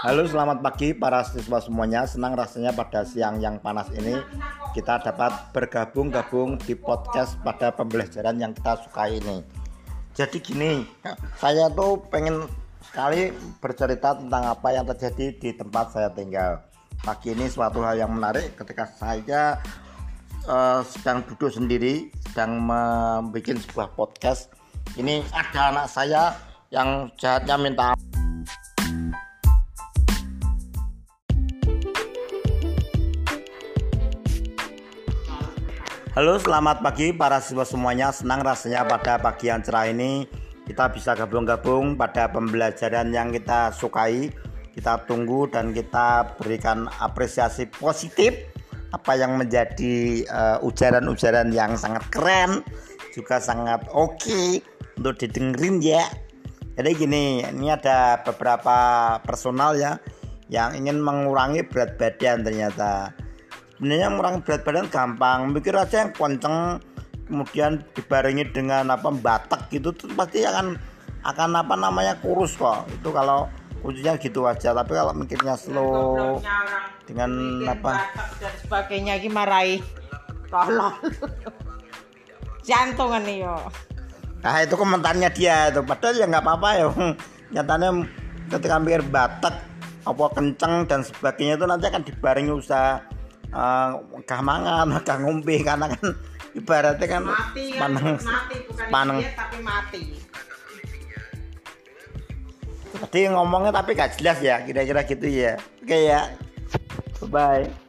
Halo, selamat pagi para siswa semuanya. Senang rasanya pada siang yang panas ini kita dapat bergabung di podcast pada pembelajaran yang kita sukai ini. Jadi gini, saya tuh pengen sekali bercerita tentang apa yang terjadi di tempat saya tinggal. Pagi ini suatu hal yang menarik ketika saya sedang duduk sendiri, sedang membuat sebuah podcast. Ini ada anak saya yang jahatnya minta. Halo, selamat pagi para siswa semuanya. Senang rasanya pada pagi yang cerah ini kita bisa gabung pada pembelajaran yang kita sukai. Kita tunggu dan kita berikan apresiasi positif apa yang menjadi ujaran-ujaran yang sangat keren, juga sangat oke untuk didengerin ya. Jadi gini, ini ada beberapa personal ya yang ingin mengurangi berat badan ternyata. Sebenarnya mengurangi berat badan gampang, mikir aja yang kenceng, kemudian dibarengi dengan batak gitu tuh pasti akan kurus kok. Itu kalau kuncinya gitu aja. Tapi kalau mikirnya slow dengan batak dan sebagainya iki marai tolong jantungan nih yo. Nah itu komentarnya dia itu, padahal ya nggak apa-apa ya. Nyatanya ketika mikir batak apa kenceng dan sebagainya itu nanti akan dibarengi usaha gak mangan, gak ngombe, karena kan ibaratnya kan mati bukan diet tapi mati. Tadi ngomongnya tapi gak jelas ya, kira-kira gitu ya. Oke ya, bye.